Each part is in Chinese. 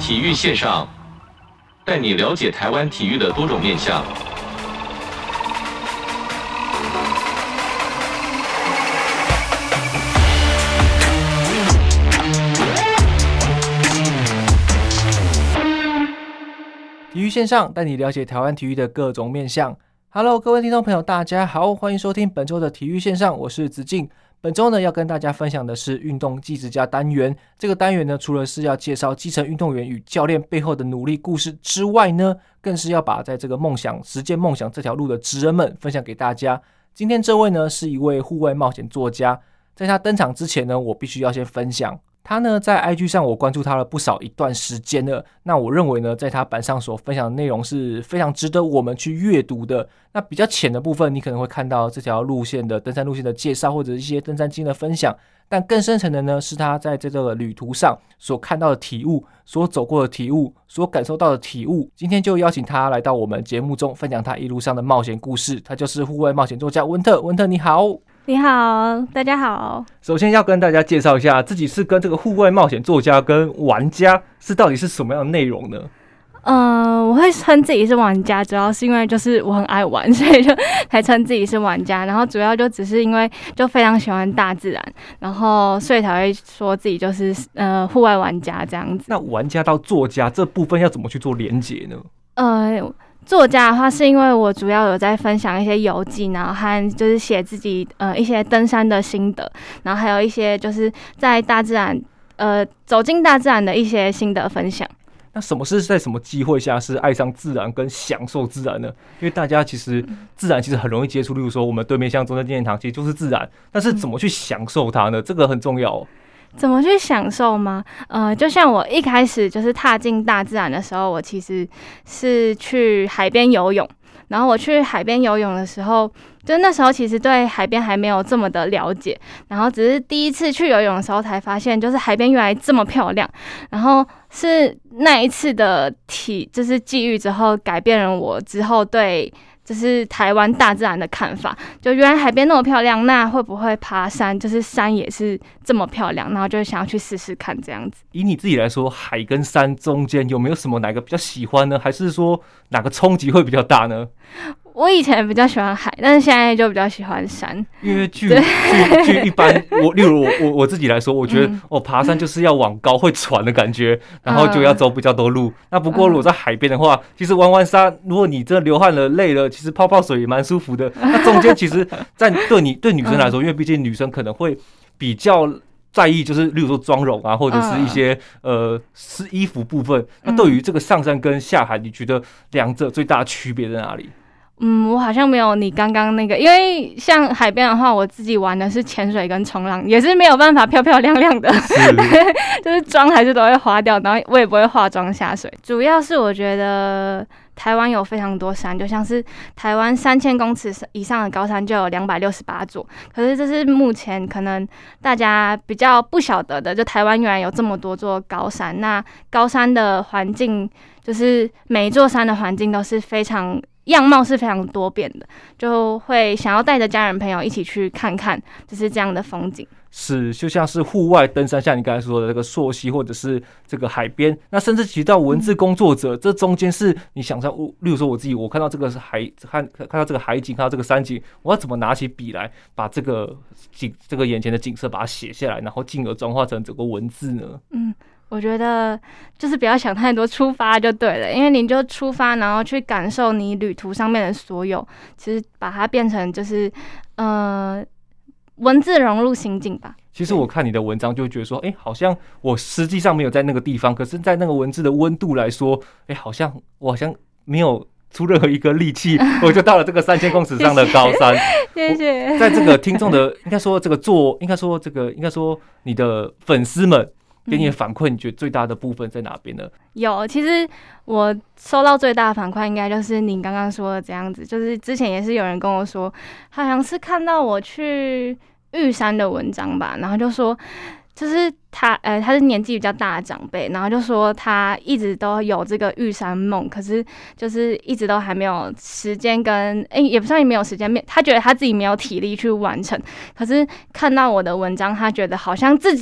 体育线上，带你了解台湾体育的多种面向。 体育线上带你了解台湾体育的各种面向。Hello， 各位听众朋友，大家好，欢迎收听本周的体育线上，我是子敬。本周呢，要跟大家分享的是运动技职家单元。这个单元呢，除了是要介绍基层运动员与教练背后的努力故事之外呢，更是要把在这个实践梦想这条路的职人们分享给大家。今天这位呢，是一位户外冒险作家。在他登场之前呢，我必须要先分享。他呢，在 IG 上我关注他了不少一段时间了。那我认为呢，在他版上所分享的内容是非常值得我们去阅读的。那比较浅的部分，你可能会看到这条路线的登山路线的介绍，或者一些登山经的分享。但更深层的呢，是他在这个旅途上所看到的体悟，所走过的体悟，所感受到的体悟。今天就邀请他来到我们节目中，分享他一路上的冒险故事。他就是户外冒险作家温特。温特，你好。 你好，大家好。 首先要跟大家介绍一下，自己是跟这个户外冒险作家跟玩家是到底是什么样的内容呢？ 我会称自己是玩家，主要是因为就是我很爱玩，所以就才称自己是玩家。然后主要就只是因为就非常喜欢大自然，然后所以才会说自己就是户外玩家这样子。 那玩家到作家这部分要怎么去做连结呢？ 作家的话，是因为我主要有在分享一些游记，然后和就是写自己一些登山的心得，然后还有一些就是在大自然走进大自然的一些心得分享。 那什么是在什么机会下是爱上自然跟享受自然呢？因为大家其实自然其实很容易接触，例如说我们对面像中正纪念堂其实就是自然，但是怎么去享受它呢？这个很重要哦。 怎么去享受吗？就像我一开始就是踏进大自然的时候，我其实是去海边游泳。然后我去海边游泳的时候，就那时候其实对海边还没有这么的了解，然后只是第一次去游泳的时候才发现，就是海边原来这么漂亮。然后是那一次的就是际遇之后，改变了我之后对就是台湾大自然的看法，就原来海边那么漂亮，那会不会爬山？就是山也是这么漂亮，然后就想要去试试看这样子。 以你自己来说，海跟山中间有没有什么哪个比较喜欢呢？还是说哪个冲击会比较大呢？ 我以前比较喜欢海，但是现在就比较喜欢山。 因为据一般例如我自己来说，我觉得爬山就是要往高会喘的感觉，然后就要走比较多路。那不过如果在海边的话，其实玩沙，如果你真的流汗了累了，其实泡水也蛮舒服的。那中间其实对女生来说，因为毕竟女生可能会比较在意，就是例如说妆容啊，或者是一些是衣服部分。那对于这个上山跟下海，你觉得两者最大的区别在哪里？ 我好像没有你刚刚那个，因为像海边的话，我自己玩的是潜水跟冲浪，也是没有办法漂漂亮亮的，就是妆还是都会花掉，然后我也不会化妆下水。主要是我觉得台湾有非常多山，就像是台湾3000公尺以上的高山就有268座，可是这是目前可能大家比较不晓得的，就台湾原来有这么多座高山。那高山的环境，就是每一座山的环境都是样貌是非常多变的，就会想要带着家人朋友一起去看看，就是这样的风景。 是，就像是户外登山，像你刚才说的这个溯溪，或者是这个海边，那甚至提到文字工作者，这中间是你想象，例如说我看到这个是看到这个海景，看到这个山景，我要怎么拿起笔来把这个眼前的景色把它写下来，然后进而转化成整个文字呢？ 我觉得就是不要想太多，出发就对了。因为你就出发，然后去感受你旅途上面的所有，其实把它变成就是文字融入心境吧。 其实我看你的文章就会觉得说，好像我实际上没有在那个地方，可是在那个文字的温度来说，我好像没有出任何一个力气，我就到了这个3000公尺上的高山。 谢谢。 在这个听众的应该说你的粉丝们给你的反馈，你觉得最大的部分在哪边呢？ 其实我收到最大的反馈应该就是你刚刚说的这样子，就是之前也是有人跟我说，好像是看到我去玉山的文章吧，然后就说就是他是年纪比较大的长辈，然后就说他一直都有这个玉山梦，可是就是一直都还没有时间跟也不算没有时间，他觉得他自己没有体力去完成，可是看到我的文章，他觉得好像自己也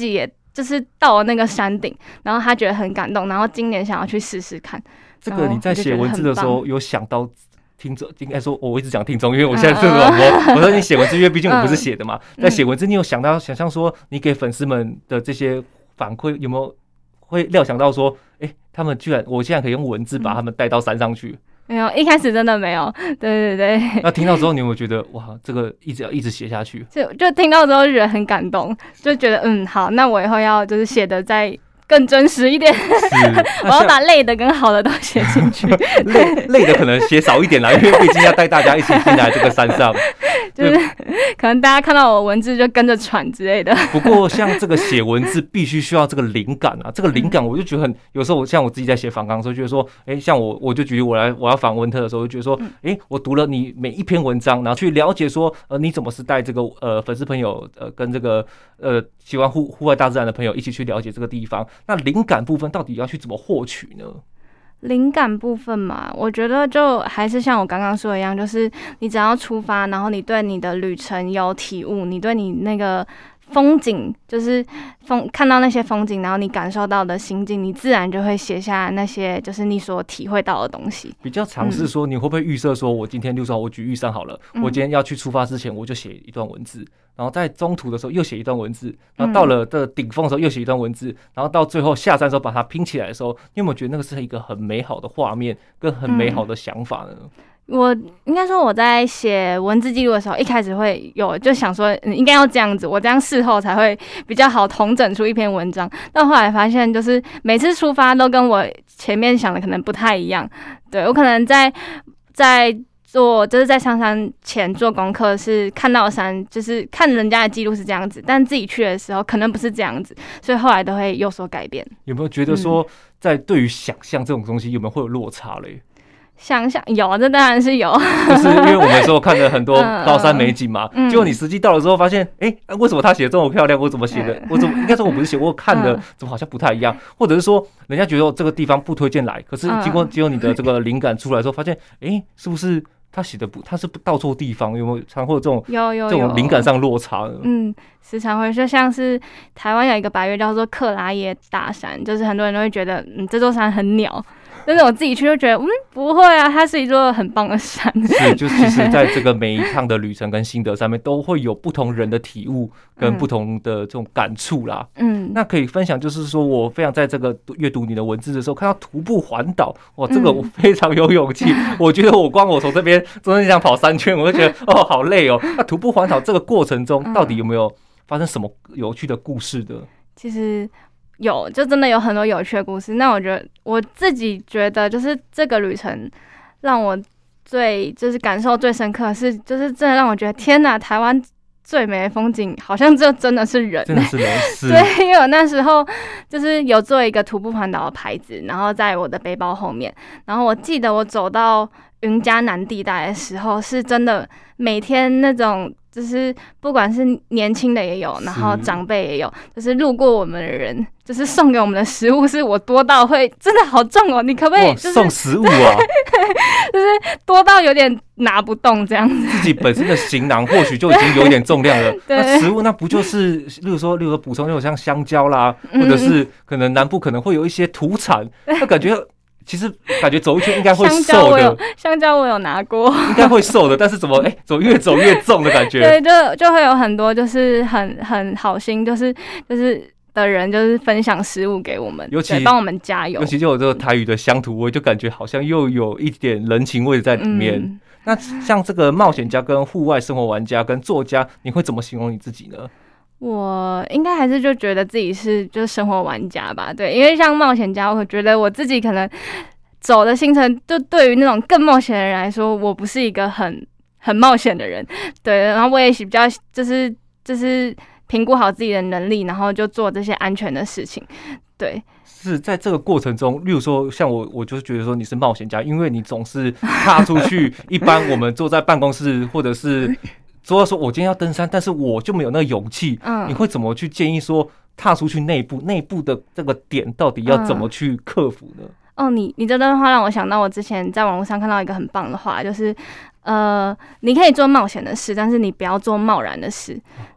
就是到了那个山顶，然后他觉得很感动，然后今年想要去试试看。 这个你在写文字的时候有想到听众，应该说我一直讲听众，因为我现在是广播，我说你写文字，因为毕竟我不是写的嘛。在写文字，你有想象说你给粉丝们的这些反馈，有没有会料想到说，他们居然我现在可以用文字把他们带到山上去？ 没有，一开始真的没有。对对对。 那听到之后，你有没有觉得哇，这个一直写下去？ 就听到之后就觉得很感动，就觉得好，那我以后要就是写的再更真实一点。我要把累的跟好的都写进去。 累的可能写少一点啦，因为毕竟要带大家一起进来这个山上。 就是可能大家看到我文字就跟着喘之类的。 不过像这个写文字必须需要这个灵感啊，这个灵感我就觉得有时候像我自己在写访纲的时候，觉得说，像我就举例我要访温特的时候，就觉得说，我读了你每一篇文章，然后去了解说，你怎么是带这个粉丝朋友跟这个喜欢户外大自然的朋友一起去了解这个地方，那灵感部分到底要去怎么获取呢？ 灵感部分嘛，我觉得就还是像我刚刚说的一样，就是你只要出发，然后你对你的旅程有体悟，你对你那个风景，就是看到那些风景，然后你感受到的心境，你自然就会写下那些就是你所体会到的东西。 比较尝试说，你会不会预设说，我今天例如说我举玉山好了，我今天要去出发之前，我就写一段文字，然后在中途的时候又写一段文字，然后到了这顶峰的时候又写一段文字，然后到最后下山的时候把它拼起来的时候，你有没有觉得那个是一个很美好的画面跟很美好的想法呢？ 我应该说我在写文字记录的时候，一开始会有就想说，应该要这样子，我这样事后才会比较好统整出一篇文章。但后来发现，就是每次出发都跟我前面想的可能不太一样。对，我可能在做，就是在上山前做功课，是看到山，就是看人家的记录是这样子，但自己去的时候可能不是这样子，所以后来都会有所改变。 有没有觉得说，在对于想象这种东西，有没有会有落差嘞？ 想象有啊，这当然是有。 就是因为我们说看了很多高山美景嘛，结果你实际到了之后发现，为什么他写的这么漂亮？我怎么写的？应该说我不是写，我看的怎么好像不太一样？或者是说，人家觉得这个地方不推荐来，可是经过你的这个灵感出来之后，发现，是不是他写的他是到错地方？有没有常会有这种这种灵感上落差呢？ 时常会，就像是台湾有一个百岳叫做克拉耶大山，就是很多人都会觉得，这座山很鸟。但是我自己去就觉得，不会啊，它是一座很棒的山。 是，就其实在这个每一趟的旅程跟心得上面，都会有不同人的体悟跟不同的这种感触啦。那可以分享，就是说我非常在这个阅读你的文字的时候，看到徒步环岛，哇，这个我非常有勇气。我觉得我从这边中间想跑3圈，我就觉得好累哦。那徒步环岛这个过程中，到底有没有发生什么有趣的故事的？ 其实有，就真的有很多有趣的故事。那我自己觉得，就是这个旅程让我就是感受最深刻的是，就是真的让我觉得天哪，台湾最美的风景好像这真的是人， 真的是人。 对，因为我那时候就是有做一个徒步环岛的牌子，然后在我的背包后面，然后我记得我走到云嘉南地带的时候，是真的每天那种。就是不管是年轻的也有，然后长辈也有，就是路过我们的人，就是送给我们的食物，是我多到会真的好重哦！你可不可以就是送食物啊？ 就是多到有点拿不动这样子。 自己本身的行囊或许就已经有一点重量了，那食物那不就是例如说补充那种像香蕉啦，或者是可能南部可能会有一些土产，那感觉。其实感觉走一圈应该会瘦的， 香蕉我有拿过， 应该会瘦的，但是怎么越走越重的感觉？ 对，就会有很多就是很好心，就是的人就是分享食物给我们， 尤其帮我们加油。 尤其就有这个台语的乡土味，就感觉好像又有一点人情味在里面。那像这个冒险家、跟户外生活玩家、跟作家，你会怎么形容你自己呢？ 我应该还是就觉得自己是就是生活玩家吧，对，因为像冒险家，我觉得我自己可能走的行程，就对于那种更冒险的人来说，我不是一个很冒险的人，对，然后我也比较就是评估好自己的能力，然后就做这些安全的事情，对。 是在这个过程中，例如说像我就是觉得说你是冒险家，因为你总是踏出去，一般我们坐在办公室或者是。说我今天要登山，但是我就没有那个勇气。你会怎么去建议说踏出去内部的这个点到底要怎么去克服呢？ 你这段话让我想到我之前在网络上看到一个很棒的话，就是你可以做冒险的事，但是你不要做贸然的事。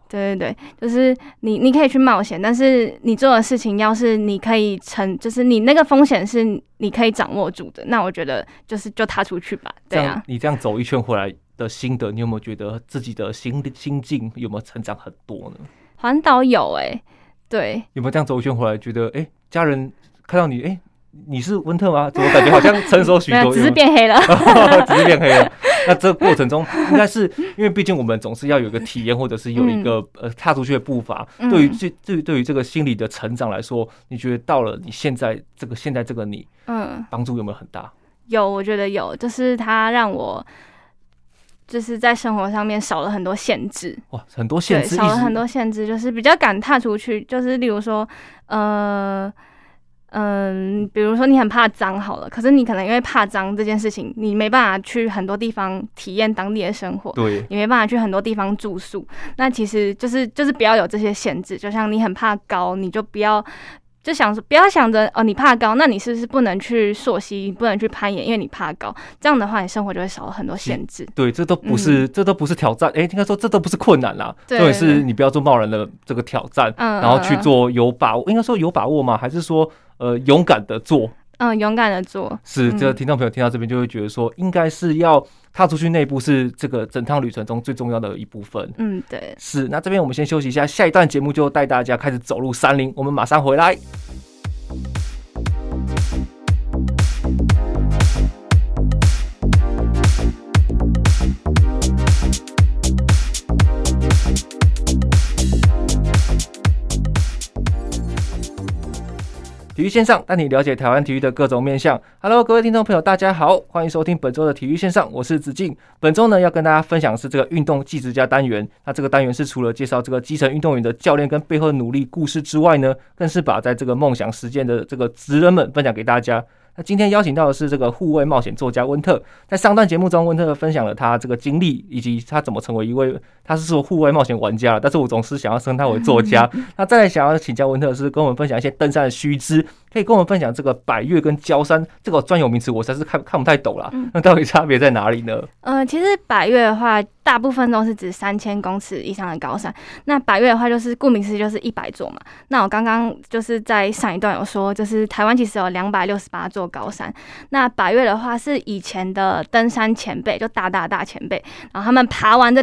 对对对，就是你可以去冒险，但是你做的事情要是你可以就是你那个风险是你可以掌握住的，那我觉得就踏出去吧。对啊， 你这样走一圈回来的心得，你有没有觉得自己的心境有没有成长很多呢？ 环岛有对， 有没有这样走一圈回来觉得家人看到你你是温特吗？怎么感觉好像成熟许多？ 只是变黑了， 只是变黑了。那这个过程中，应该是因为毕竟我们总是要有一个体验，或者是有一个踏出去的步伐。对于这个心理的成长来说，你觉得到了你现在这个你，帮助有没有很大？ 有，我觉得有，就是它让我就是在生活上面少了很多限制。 哇，很多限制， 少了很多限制，就是比较敢踏出去。就是例如说，比如说你很怕脏好了，可是你可能因为怕脏这件事情，你没办法去很多地方体验当地的生活， 对， 你没办法去很多地方住宿。那其实就是不要有这些限制，就像你很怕高，你就不要想着你怕高，那你是不是不能去溯溪，不能去攀岩，因为你怕高？这样的话，你生活就会少了很多限制。 对，这都不是挑战，应该说这都不是困难啦。重点是你不要做贸然的这个挑战，然后去做有把握，应该说有把握吗？还是说勇敢的做？ 勇敢的做。 是，这个听众朋友听到这边就会觉得说，应该是要踏出去那一步是这个整趟旅程中最重要的一部分。 对。 是，那这边我们先休息一下，下一段节目就带大家开始走入山林，我们马上回来。体育线上带你了解台湾体育的各种面向。Hello， 各位听众朋友，大家好，欢迎收听本周的体育线上，我是子敬。本周呢，要跟大家分享的是这个运动技职家单元。那这个单元是除了介绍这个基层运动员的教练跟背后的努力故事之外呢，更是把在这个梦想实践的这个职人们分享给大家。那今天邀请到的是这个户外冒险作家温特，在上段节目中，温特分享了他这个经历，以及他怎么成为一位，他是说户外冒险玩家，但是我总是想要称他为作家。那再来想要请教温特的是跟我们分享一些登山的须知，可以跟我们分享这个百岳跟郊山这个专有名词，我实在是看不太懂啦。那到底差别在哪里呢？ 其实百岳的话，大部分都是指3000公尺以上的高山。那百岳的话，就是顾名思义就是100座嘛。那我刚刚就是在上一段有说，就是台湾其实有268座高山。那百岳的话，是以前的登山前辈，就大前辈，然后他们爬完这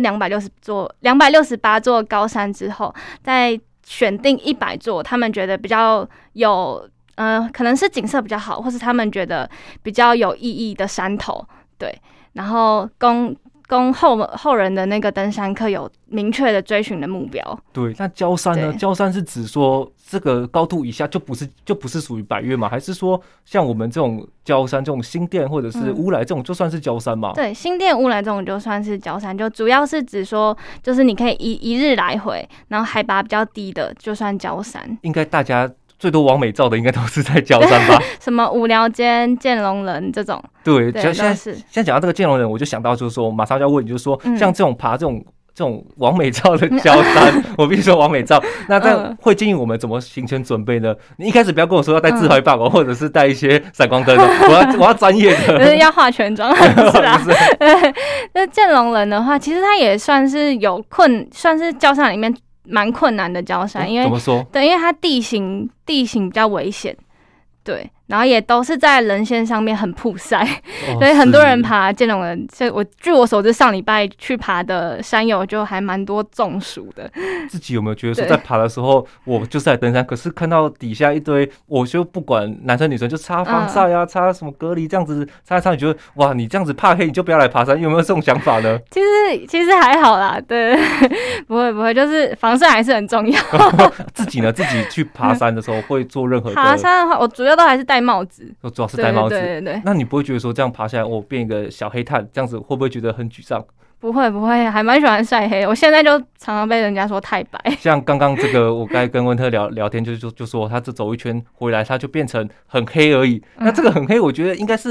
268座高山之后，再选定100座，他们觉得比较有可能是景色比较好，或是他们觉得比较有意义的山头，对，然后供后人的那个登山客有明确的追寻的目标。对， 那郊山呢？郊山是指说这个高度以下就不是属于百岳吗？还是说像我们这种郊山，这种新店或者是乌来这种就算是郊山吗？ 对，新店乌来这种就算是郊山，就主要是指说就是你可以一日来回，然后海拔比较低的就算郊山。 应该大家最多网美照的应该都是在郊山吧？ 什么五寮尖、剑龙人这种。 对，现在讲到这个剑龙人，我就想到就是说，马上就要问你，就是说，像这种爬这种网美照的郊山，我必须说网美照，那这样会建议我们怎么行前准备呢？你一开始不要跟我说要带自拍棒或者是带一些闪光灯，我要专业的， 就是要化全妆，是啦。那剑龙人的话，其实他也算是算是郊山里面蛮困难的郊山，因为怎么说？ 对，因为它地形比较危险，对，然后也都是在人线上面很曝晒，所以很多人爬剑龙人，据我所知，上礼拜去爬的山友就还蛮多中暑的。 自己有没有觉得说，在爬的时候，我就是在登山，可是看到底下一堆，我就不管男生女生，就擦防晒啊，擦什么隔离这样子，擦，你觉得哇，你这样子怕黑，你就不要来爬山，有没有这种想法呢？ 其实还好啦，对，不会，就是防晒还是很重要。 自己呢，自己去爬山的时候会做任何的爬山的话，我主要都还是戴帽子， 主要是戴帽子。 对。 那你不会觉得说这样爬下来，我变一个小黑炭，这样子会不会觉得很沮丧？ 不会，还蛮喜欢晒黑。我现在就常常被人家说太白。像刚刚这个，我刚才跟温特聊天，就说他这走一圈回来，他就变成很黑而已。那这个很黑，我觉得应该是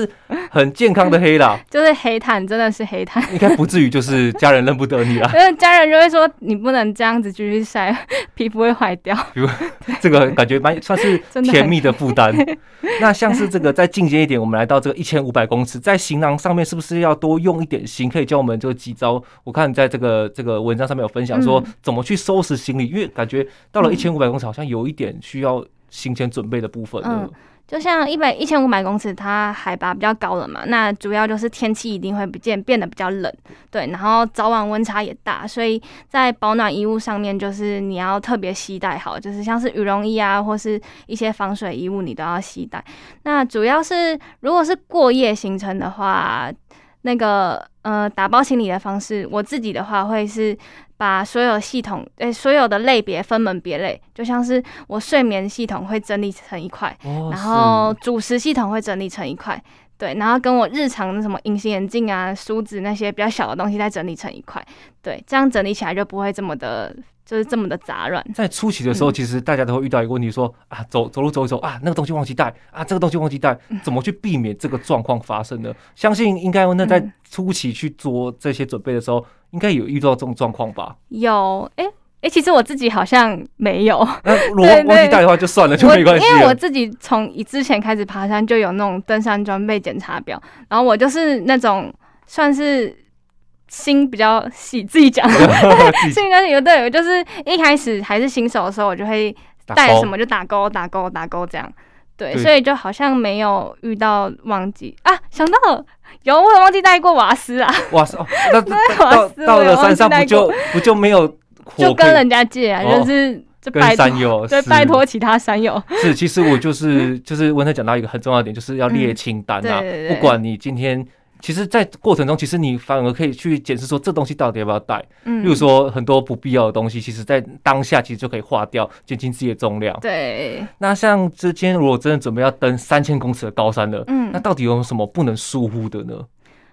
很健康的黑啦， 就是黑炭，真的是黑炭。 应该不至于就是家人认不得你啦。 因为家人就会说你不能这样子继续晒，皮肤会坏掉。 这个感觉算是甜蜜的负担。那像是这个再进阶一点，我们来到这个1500公尺，在行囊上面是不是要多用一点心？可以教我们这几招。我看你在这个文章上面有分享说怎么去收拾行李，因为感觉到了1500公尺好像有一点需要行前准备的部分了。 就像1500公尺，它海拔比较高了嘛，那主要就是天气一定会变得比较冷，对，然后早晚温差也大，所以在保暖衣物上面，就是你要特别携带好，就是像是羽绒衣啊，或是一些防水衣物，你都要携带。那主要是如果是过夜行程的话，那个打包行李的方式，我自己的话会是把所有系统所有的类别分门别类，就像是我睡眠系统会整理成一块，然后主食系统会整理成一块，对，然后跟我日常的什么隐形眼镜啊、梳子那些比较小的东西再整理成一块，对，这样整理起来就不会这么的杂乱。 在初期的时候，其实大家都会遇到一个问题说，走路走一走啊，那个东西忘记带啊，这个东西忘记带，怎么去避免这个状况发生呢？相信应该那在初期去做这些准备的时候，应该有遇到这种状况吧？ 有，其实我自己好像没有。 那如果忘记带的话就算了，就没关系了。 因为我自己从之前开始爬山就有那种登山装备检查表，然后我就是那种算是心比较细，自己讲，心比较细。对，我就是一开始还是新手的时候，我就会带什么就打勾这样。对，所以就好像没有遇到忘记啊，想到了，我有忘记带过瓦斯啊。 瓦斯那到了山上不就没有火？ 就跟人家借啊，就是跟山友， 对，拜托其他山友。 是，其实我就是温特讲到一个很重要的点，就是要列清单啊，不管你今天。其实，在过程中，其实你反而可以去检视说这东西到底要不要带。例如说很多不必要的东西，其实在当下其实就可以化掉，减轻自己的重量。 对。 那像之前如果真的准备要登3000公尺的高山了，那到底有什么不能疏忽的呢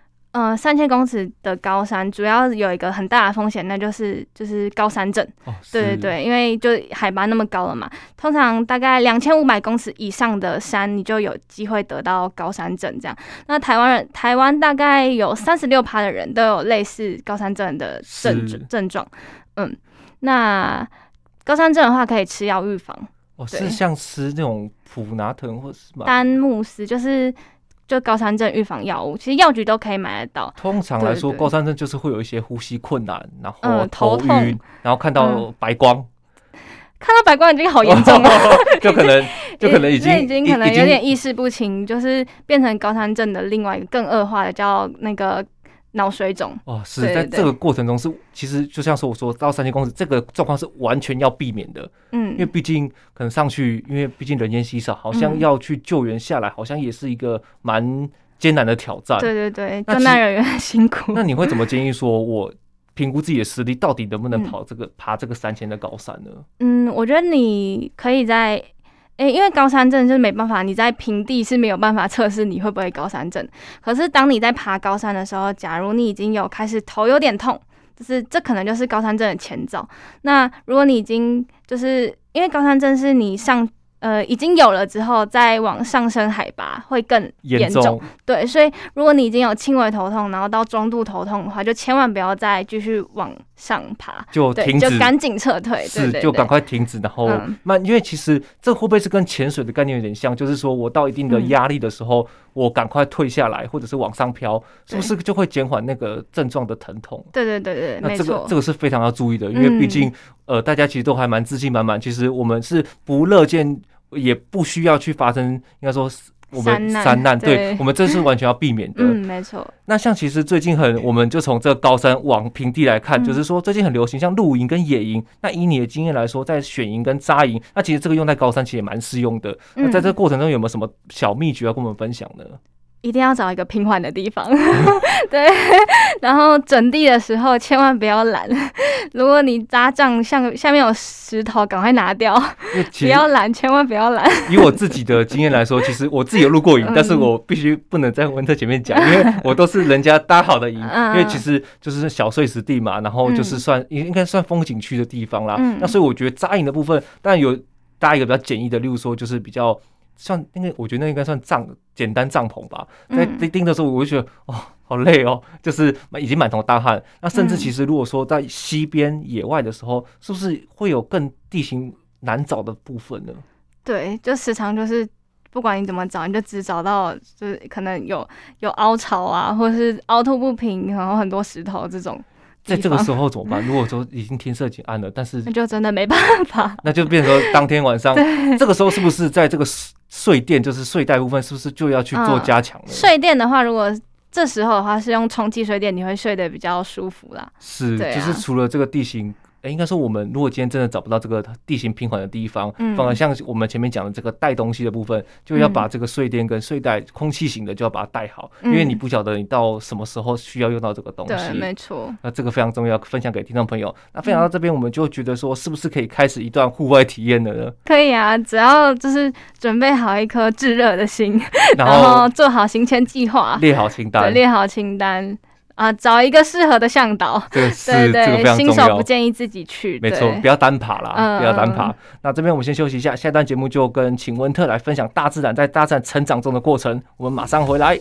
？3000公尺的高山主要有一个很大的风险，那就是高山症。对，因为就海拔那么高了嘛，通常大概2500公尺以上的山，你就有机会得到高山症这样。那台湾大概有36%的人都有类似高山症的症状。那高山症的话，可以吃药预防。 是像吃那种普拿疼或是丹木斯，就高山症预防药物，其实药局都可以买得到。 通常来说，高山症就是会有一些呼吸困难，然后头晕，然后看到白光。 看到白光已经好严重了， 就可能已经可能有点意识不清，就是变成高山症的另外一个更恶化的叫那个脑水肿。 是在这个过程中其实就像是我说到3000公尺这个状况是完全要避免的。因为毕竟可能上去，因为毕竟人烟稀少，好像要去救援下来，好像也是一个蛮艰难的挑战。 对，救难人员很辛苦。 那你会怎么建议说，我评估自己的实力，到底能不能爬这个3000的高山呢？ 我觉得你可以因为高山症就是没办法，你在平地是没有办法测试你会不会高山症。可是当你在爬高山的时候，假如你已经有开始头有点痛，这可能就是高山症的前兆。那如果你已经就是因为高山症是你已经有了之后，再往上升海拔会更严重。对，所以如果你已经有轻微头痛，然后到中度头痛的话，就千万不要再继续往上爬， 就停止， 就赶紧撤退。对， 就赶快停止，然后因为其实这会不会是跟潜水的概念有点像？就是说我到一定的压力的时候，我赶快退下来，或者是往上飘，是不是就会减缓那个症状的疼痛？对， 那这个是非常要注意的，因为毕竟大家其实都还蛮自信满满，其实我们是不乐见。也不需要去发生，应该说我们山难，对，我们这是完全要避免的。 没错。 那像其实最近我们就从这个高山往平地来看，就是说最近很流行像露营跟野营。那以你的经验来说，在选营跟扎营，那其实这个用在高山其实也蛮适用的。那在这个过程中有没有什么小秘诀要跟我们分享呢？ 一定要找一个平缓的地方，对。然后整地的时候千万不要懒，如果你扎帐下面有石头，赶快拿掉，不要懒，千万不要懒。 以我自己的经验来说，其实我自己有露过营，但是我必须不能在温特前面讲，因为我都是人家搭好的营，因为其实就是小碎石地嘛，然后就是应该算风景区的地方啦。那所以我觉得扎营的部分，当然有搭一个比较简易的，例如说就是比较算那个，我觉得那应该算简单帐篷吧。在钉的时候，我就觉得哦，好累哦，就是已经满头大汗。那甚至其实如果说在西边野外的时候，是不是会有更地形难找的部分呢？ 对，就时常就是不管你怎么找，你就只找到就是可能有凹槽啊，或是凹凸不平，然后很多石头这种。 在这个时候怎么办？如果说已经天色已经暗了，但是那就真的没办法， 那就变成说当天晚上，这个时候是不是在这个睡垫，就是睡袋部分，是不是就要去做加强了？ 睡垫的话，如果这时候的话是用充气睡垫，你会睡得比较舒服啦。 是，就是除了这个地形。应该说我们如果今天真的找不到这个地形平缓的地方，反而像我们前面讲的这个带东西的部分，就要把这个睡垫跟睡袋空气型的就要把它带好，因为你不晓得你到什么时候需要用到这个东西。 对，没错。 那这个非常重要，分享给听众朋友。那分享到这边，我们就觉得说，是不是可以开始一段户外体验了呢？ 可以啊，只要就是准备好一颗炙热的心，然后做好行前计划， 列好清单， 对，列好清单。找一个适合的向导， 这个是这个非常重要。 新手不建议自己去， 没错，不要单爬啦，不要单爬。那这边我们先休息一下，下一段节目就跟请温特来分享大自然在大自然成长中的过程。我们马上回来。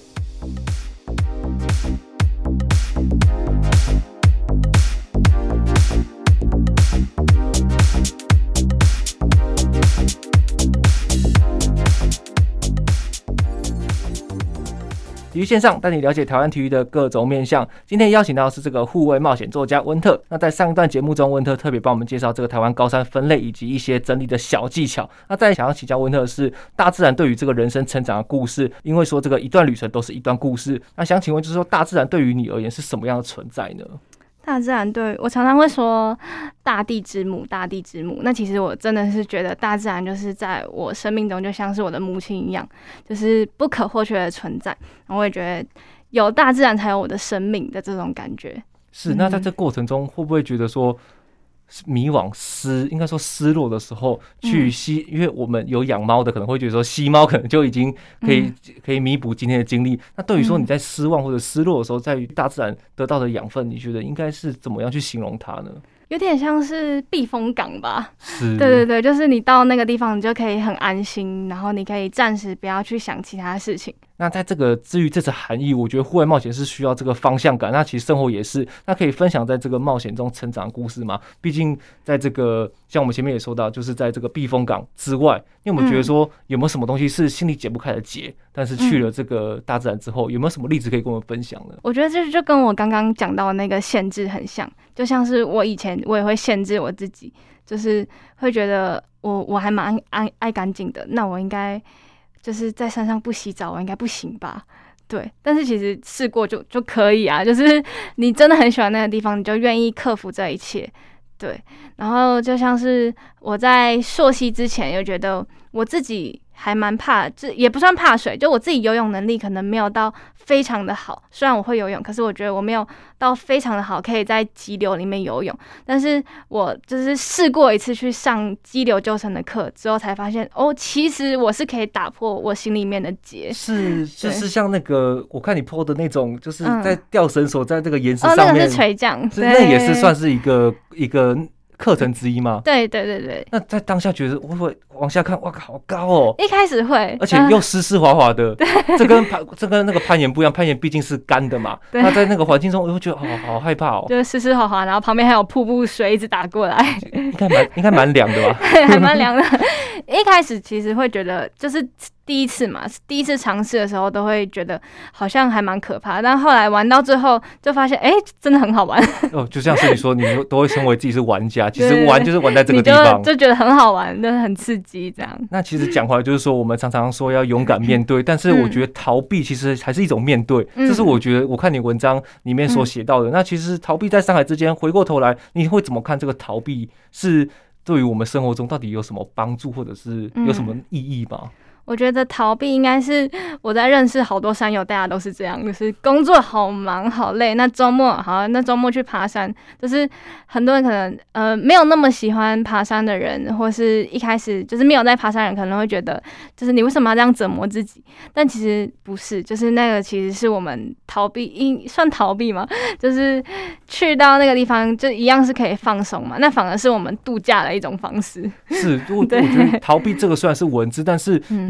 体育线上带你了解台湾体育的各种面向。今天邀请到的是这个户外冒险作家温特。那在上一段节目中，温特特别帮我们介绍这个台湾高山分类以及一些整理的小技巧。那再想要请教温特的是，大自然对于这个人生成长的故事，因为说这个一段旅程都是一段故事。那想请问，就是说大自然对于你而言是什么样的存在呢？ 大自然对我常常会说大地之母，大地之母。那其实我真的是觉得大自然就是在我生命中就像是我的母亲一样，就是不可或缺的存在。然后我也觉得有大自然才有我的生命的这种感觉。 是，那在这过程中会不会觉得说迷惘应该说失落的时候去吸，因为我们有养猫的可能会觉得说吸猫可能就已经可以弥补今天的经历。那对于说你在失望或者失落的时候，在于大自然得到的养分，你觉得应该是怎么样去形容它呢？ 有点像是避风港吧。 是， 对对对，就是你到那个地方，你就可以很安心，然后你可以暂时不要去想其他事情。 那在至于这次含义，我觉得户外冒险是需要这个方向感。那其实生活也是，那可以分享在这个冒险中成长的故事吗？毕竟在这个像我们前面也说到，就是在这个避风港之外，你有没有觉得说有没有什么东西是心里解不开的结？但是去了这个大自然之后，有没有什么例子可以跟我们分享呢？ 我觉得这就跟我刚刚讲到的那个限制很像，就像是我以前我也会限制我自己，就是会觉得我还蛮爱干净的，那我应该就是在山上不洗澡，我应该不行吧？对，但是其实试过就可以啊，就是你真的很喜欢那个地方，你就愿意克服这一切。对，然后就像是我在溯溪之前，又觉得我自己还蛮怕，这也不算怕水，就我自己游泳能力可能没有到非常的好。虽然我会游泳，可是我觉得我没有到非常的好，可以在激流里面游泳。但是我就是试过一次去上激流救生的课之后，才发现其实我是可以打破我心里面的结。 是，就是像那个我看你 po 的那种，就是在吊绳索在这个岩石上面， 那个是垂降， 那也是算是一个课程之一吗？ 对对对对。 那在当下觉得会不会往下看，哇，好高哦！ 一开始会， 而且又湿滑滑的。这跟那个攀岩不一样，攀岩毕竟是干的嘛。那在那个环境中，我会觉得好害怕哦。 就是湿滑滑，然后旁边还有瀑布水一直打过来， 应该蛮凉的吧？ 还蛮凉的。一开始其实会觉得就是第一次嘛，第一次尝试的时候都会觉得好像还蛮可怕，但后来玩到最后就发现，真的很好玩。 就像是你说，你都会称为自己是玩家，其实玩就是玩在这个地方， 就觉得很好玩，就是很刺激这样。 那其实讲回来就是说，我们常常说要勇敢面对，但是我觉得逃避其实还是一种面对。这是我觉得我看你文章里面所写到的。那其实逃避在山海之间，回过头来，你会怎么看这个逃避是对于我们生活中到底有什么帮助，或者是有什么意义吗？ 我觉得逃避应该是我在认识好多山友，大家都是这样，就是工作好忙好累，那周末去爬山，就是很多人可能没有那么喜欢爬山的人，或是一开始就是没有在爬山的人，可能会觉得就是你为什么要这样折磨自己？但其实不是，就是那个其实是我们逃避，算逃避吗？就是去到那个地方就一样是可以放松嘛，那反而是我们度假的一种方式。 是，我觉得逃避这个虽然是文字，但是有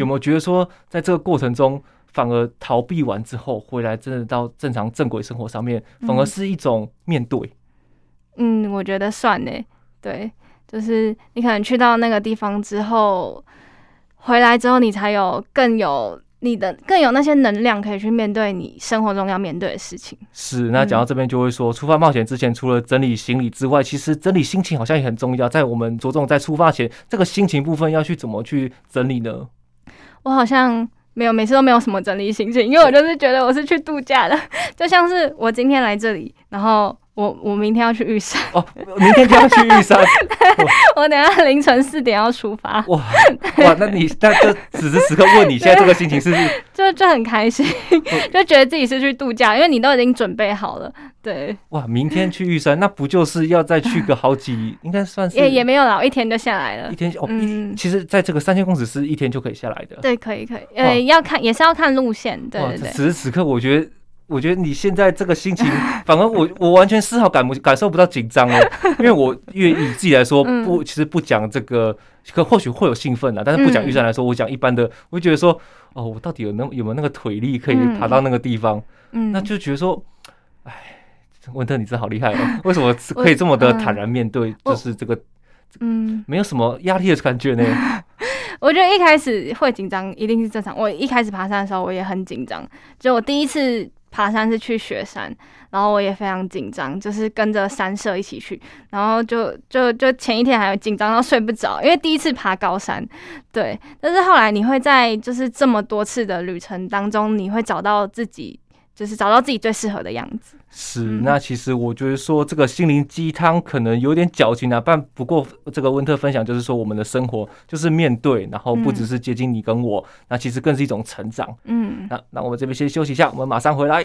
有没有觉得说，在这个过程中，反而逃避完之后，回来真的到正常正轨生活上面，反而是一种面对？ 我觉得算呢。对，就是你可能去到那个地方之后，回来之后，你才更有那些能量可以去面对你生活中要面对的事情。 是，那讲到这边就会说，出发冒险之前，除了整理行李之外，其实整理心情好像也很重要。在我们着重在出发前，这个心情部分要去怎么去整理呢？ 我好像每次都没有什么整理心情，因为我就是觉得我是去度假的，就像是我今天来这里，然后我明天要去玉山哦，明天就要去玉山， 我等一下凌晨4点要出发。 哇，那就此时此刻问你现在这个心情是不是就很开心，就觉得自己是去度假，因为你都已经准备好了。对， 哇，明天去玉山，那不就是要再去个好几，应该算是也没有啦，1天就下来了。 一天其实在这个3000公尺是1天就可以下来的。 对，可以，也是要看路线。对对对。 此时此刻，我觉得你现在这个心情，反而我完全丝毫感受不到紧张了，因为我以自己来说，其实不讲这个，或许会有兴奋啦，但是不讲玉山来说，我讲一般的，我就觉得说，我到底有没有那个腿力可以爬到那个地方？那就觉得说，哎，温特你真好厉害哦，为什么可以这么的坦然面对，就是这个，没有什么压力的感觉呢？ 我觉得一开始会紧张一定是正常。我一开始爬山的时候我也很紧张，就我第一次爬山是去雪山，然后我也非常紧张，就是跟着山社一起去，然后就前一天还有紧张到睡不着，因为第一次爬高山。对，但是后来你会在就是这么多次的旅程当中，你会找到自己最适合的样子。 是，那其实我觉得说这个心灵鸡汤可能有点矫情啊，不过这个温特分享就是说，我们的生活就是面对，然后不只是接近你跟我，那其实更是一种成长。那我们这边先休息一下，我们马上回来。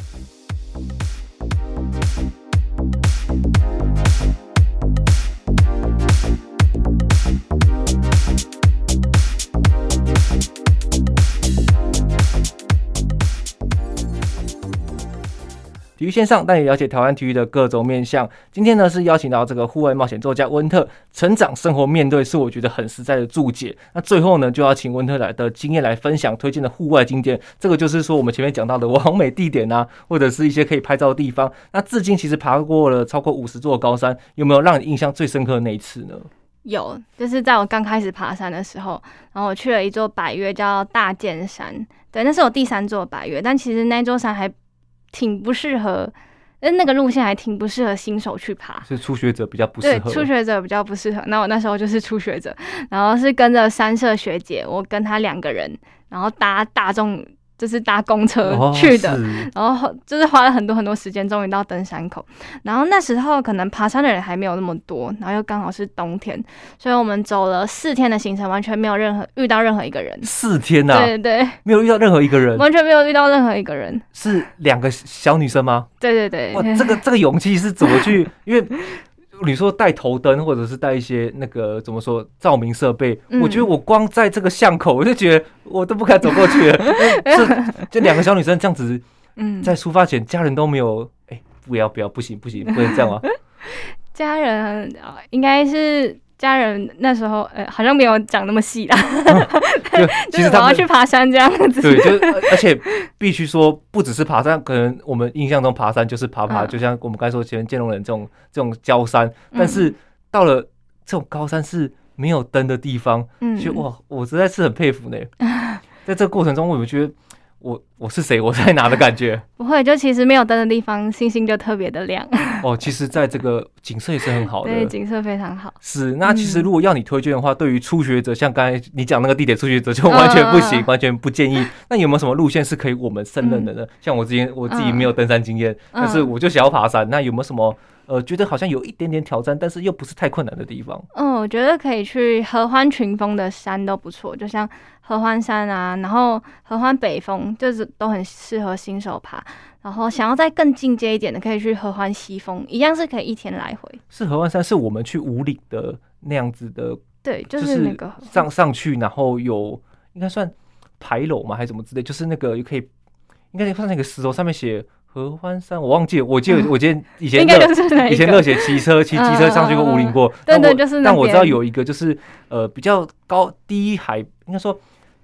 体育线上带你了解台湾体育的各种面向。今天呢是邀请到这个户外冒险作家温特，成长生活面对是我觉得很实在的注解。那最后呢就要请温特来的经验来分享推荐的户外景点，这个就是说我们前面讲到的网美地点啊，或者是一些可以拍照的地方。那至今其实爬过了超过50座高山，有没有让你印象最深刻的那一次呢？ 有，就是在我刚开始爬山的时候，然后我去了一座百岳叫大剑山。对，那是我第3座百岳，但其实那座山还挺不适合，那个路线还挺不适合新手去爬， 是初学者比较不适合。 对，初学者比较不适合。那我那时候就是初学者，然后是跟着山社学姐，我跟她2个人，然后搭大众，就是搭公车去的，然后就是花了很多时间，终于到登山口。然后那时候可能爬山的人还没有那么多，然后又刚好是冬天，所以我们走了4天的行程，完全没有遇到任何一个人。4天啊？ 对对， 没有遇到任何一个人， 完全没有遇到任何一个人。 是2个小女生吗？ 对对对。 哇，这个勇气是怎么去？因为你说带头灯，或者是带一些那个怎么说照明设备，我觉得我光在这个巷口，我就觉得我都不敢走过去了。这2个小女生这样子，在出发前家人都没有，不要，不行，不能这样啊！ 家人应该是家人那时候好像没有讲那么细啦，就是我要去爬山这样子。 对，而且必须说，不只是爬山，可能我们印象中爬山就是爬，就像我们刚才说前面剑龙人这种郊山，但是到了这种高山是没有灯的地方，就哇，我实在是很佩服呢。在这个过程中，我有觉得我是谁，我在哪的感觉。不会，就其实没有灯的地方，星星就特别的亮。 其实在这个景色也是很好的。 对，景色非常好。 是，那其实如果要你推荐的话，对于初学者，像刚才你讲那个地点初学者就完全不行，完全不建议。那有没有什么路线是可以我们胜任的呢？像我自己没有登山经验，但是我就想要爬山，那有没有什么觉得好像有一点点挑战，但是又不是太困难的地方？ 我觉得可以去合欢群峰的山都不错，就像合欢山啊，然后合欢北峰，就是都很适合新手爬。然后想要再更进阶一点的，可以去合欢西峰，一样是可以1天来回。 是合欢山，是我们去武岭的那样子的， 对，就是那个上去，然后有应该算牌楼嘛，还是什么之类，就是那个可以应该放在那个石头上面写合欢山，我忘记了，我记得以前热血骑车上去过武岭过， 对，就是那边。 但我知道有一个就是比较高低海，应该说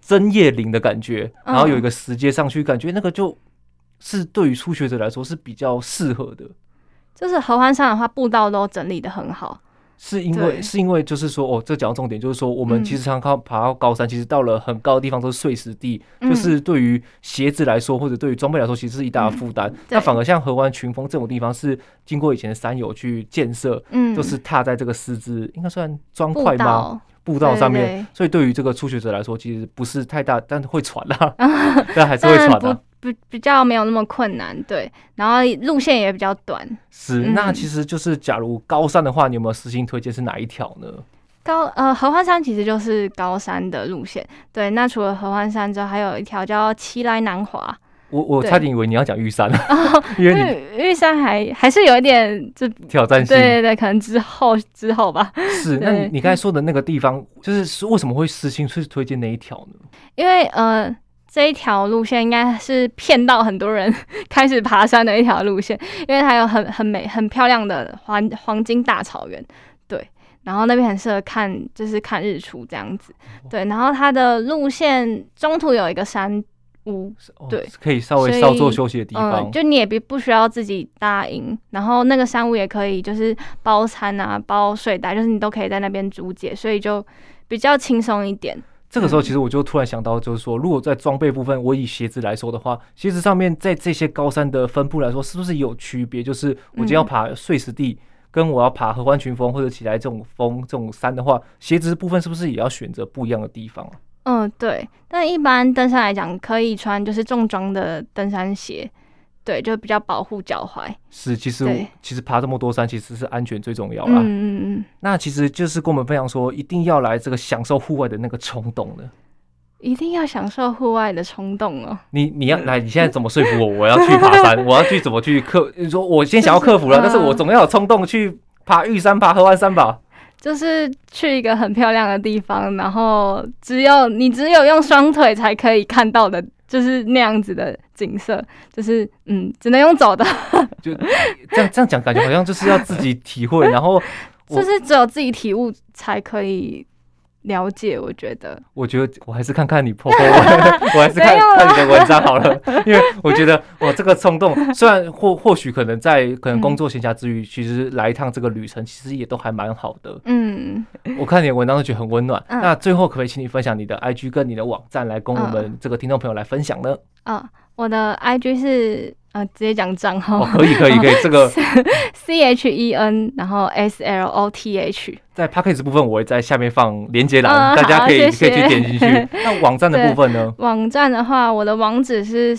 针叶林的感觉，然后有一个石阶上去，感觉那个就是对于初学者来说是比较适合的。 就是合欢山的话，步道都整理得很好。 是因为就是说这讲到重点，就是说我们其实常常爬到高山，其实到了很高的地方都是碎石地，就是对于鞋子来说或者对于装备来说，其实是一大的负担。那反而像合欢群峰这种地方，是经过以前的山友去建设，就是踏在这个石子应该算砖块吗？步道上面，对，所以对于这个初学者来说，其实不是太大，但是会喘啦，但还是会喘啦。 比较没有那么困难，对，然后路线也比较短。 是，那其实就是假如高山的话，你有没有私心推荐是哪一条呢？ 合欢山其实就是高山的路线，对。那除了合欢山之后，还有一条叫奇来南华。 我差点以为你要讲玉山， 因为玉山还是有一点挑战性， 对，可能之后吧。 是，那你刚才说的那个地方，就是为什么会私心去推荐那一条呢？ 因为这一条路线应该是骗到很多人开始爬山的一条路线，因为它有很美、很漂亮的黄金大草原，对，然后那边很适合就是看日出这样子，对，然后它的路线中途有一个山屋，对， 可以稍微稍作休息的地方， 就你也不需要自己搭营，然后那个山屋也可以就是包餐啊、包睡袋，就是你都可以在那边租借，所以就比较轻松一点。 这个时候，其实我就突然想到，就是说，如果在装备部分，我以鞋子来说的话，鞋子上面在这些高山的分布来说，是不是有区别？就是我今天要爬碎石地，跟我要爬合欢群峰或者起来这种山的话，鞋子部分是不是也要选择不一样的地方啊？ 对。但一般登山来讲，可以穿就是重装的登山鞋。对，就比较保护脚踝。 是，其实爬这么多山，其实是安全最重要啦。那其实就是跟我们分享说，一定要来这个享受户外的那个冲动呢。 一定要享受户外的冲动哦。 你要来，你现在怎么说服我？我要去爬山，我要去怎么去你说我先想要克服了，但是我总要有冲动去爬玉山、爬合欢山吧。 就是去一个很漂亮的地方，然后只有用双腿才可以看到的，就是那样子的景色，就是只能用走的。 就这样讲，感觉好像就是要自己体会，然后就是只有自己体悟才可以了解。我觉得我还是看看你破文，我还是看你的文章好了，因为我觉得我这个冲动，虽然或许可能在工作闲暇之余，其实来一趟这个旅程，其实也都还蛮好的。我看你的文章都觉得很温暖。那最后可不可以请你分享你的 IG 跟你的网站，来跟我们这个听众朋友来分享呢？ 我的 IG 是直接讲账号。 可以，这个 CHEN 然后 SLOTH。 在 Podcast 部分我会在下面放连结栏，大家可以去点进去。那网站的部分呢？ 网站的话，我的网址是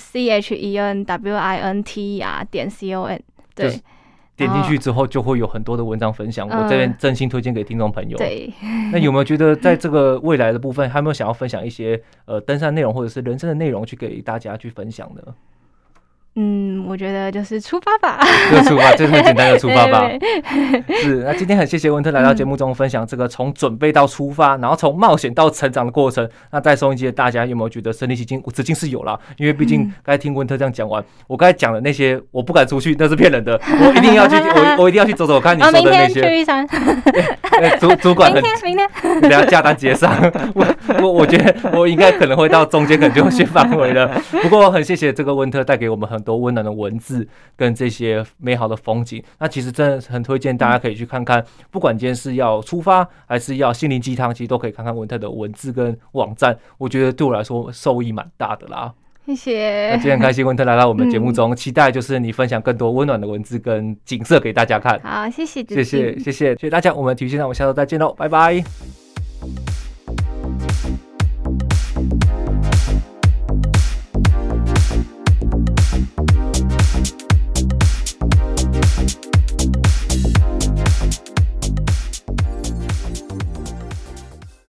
CHENWINTER.com。对。 点进去之后就会有很多的文章分享，我这边真心推荐给听众朋友。 对， 那有没有觉得在这个未来的部分，还有没有想要分享一些登山内容或者是人生的内容去给大家去分享呢？ 我觉得就是出发吧， 就是很简单的出发吧。是，那今天很谢谢文特来到节目中分享这个从准备到出发，然后从冒险到成长的过程。那在收音机的大家有没有觉得身临其境？我至今是有啦，因为毕竟刚才听文特这样讲完，我刚才讲的那些我不敢出去，那是骗人的。我一定要去，我一定要去走走看你说的那些。 明天去玉山。 主管很明天， 等下价单结上。我觉得我应该可能会到中间，可能就先返回了。不过很谢谢这个文特带给我们很多温暖的文字跟这些美好的风景。那其实真的很推荐大家可以去看看，不管今天是要出发还是要心灵鸡汤，其实都可以看看文特的文字跟网站。我觉得对我来说受益蛮大的啦。 谢谢。 那今天很开心文特来到我们节目中，期待就是你分享更多温暖的文字跟景色给大家看。 好，谢谢大家，我们体育线上我们下周再见喽，拜拜。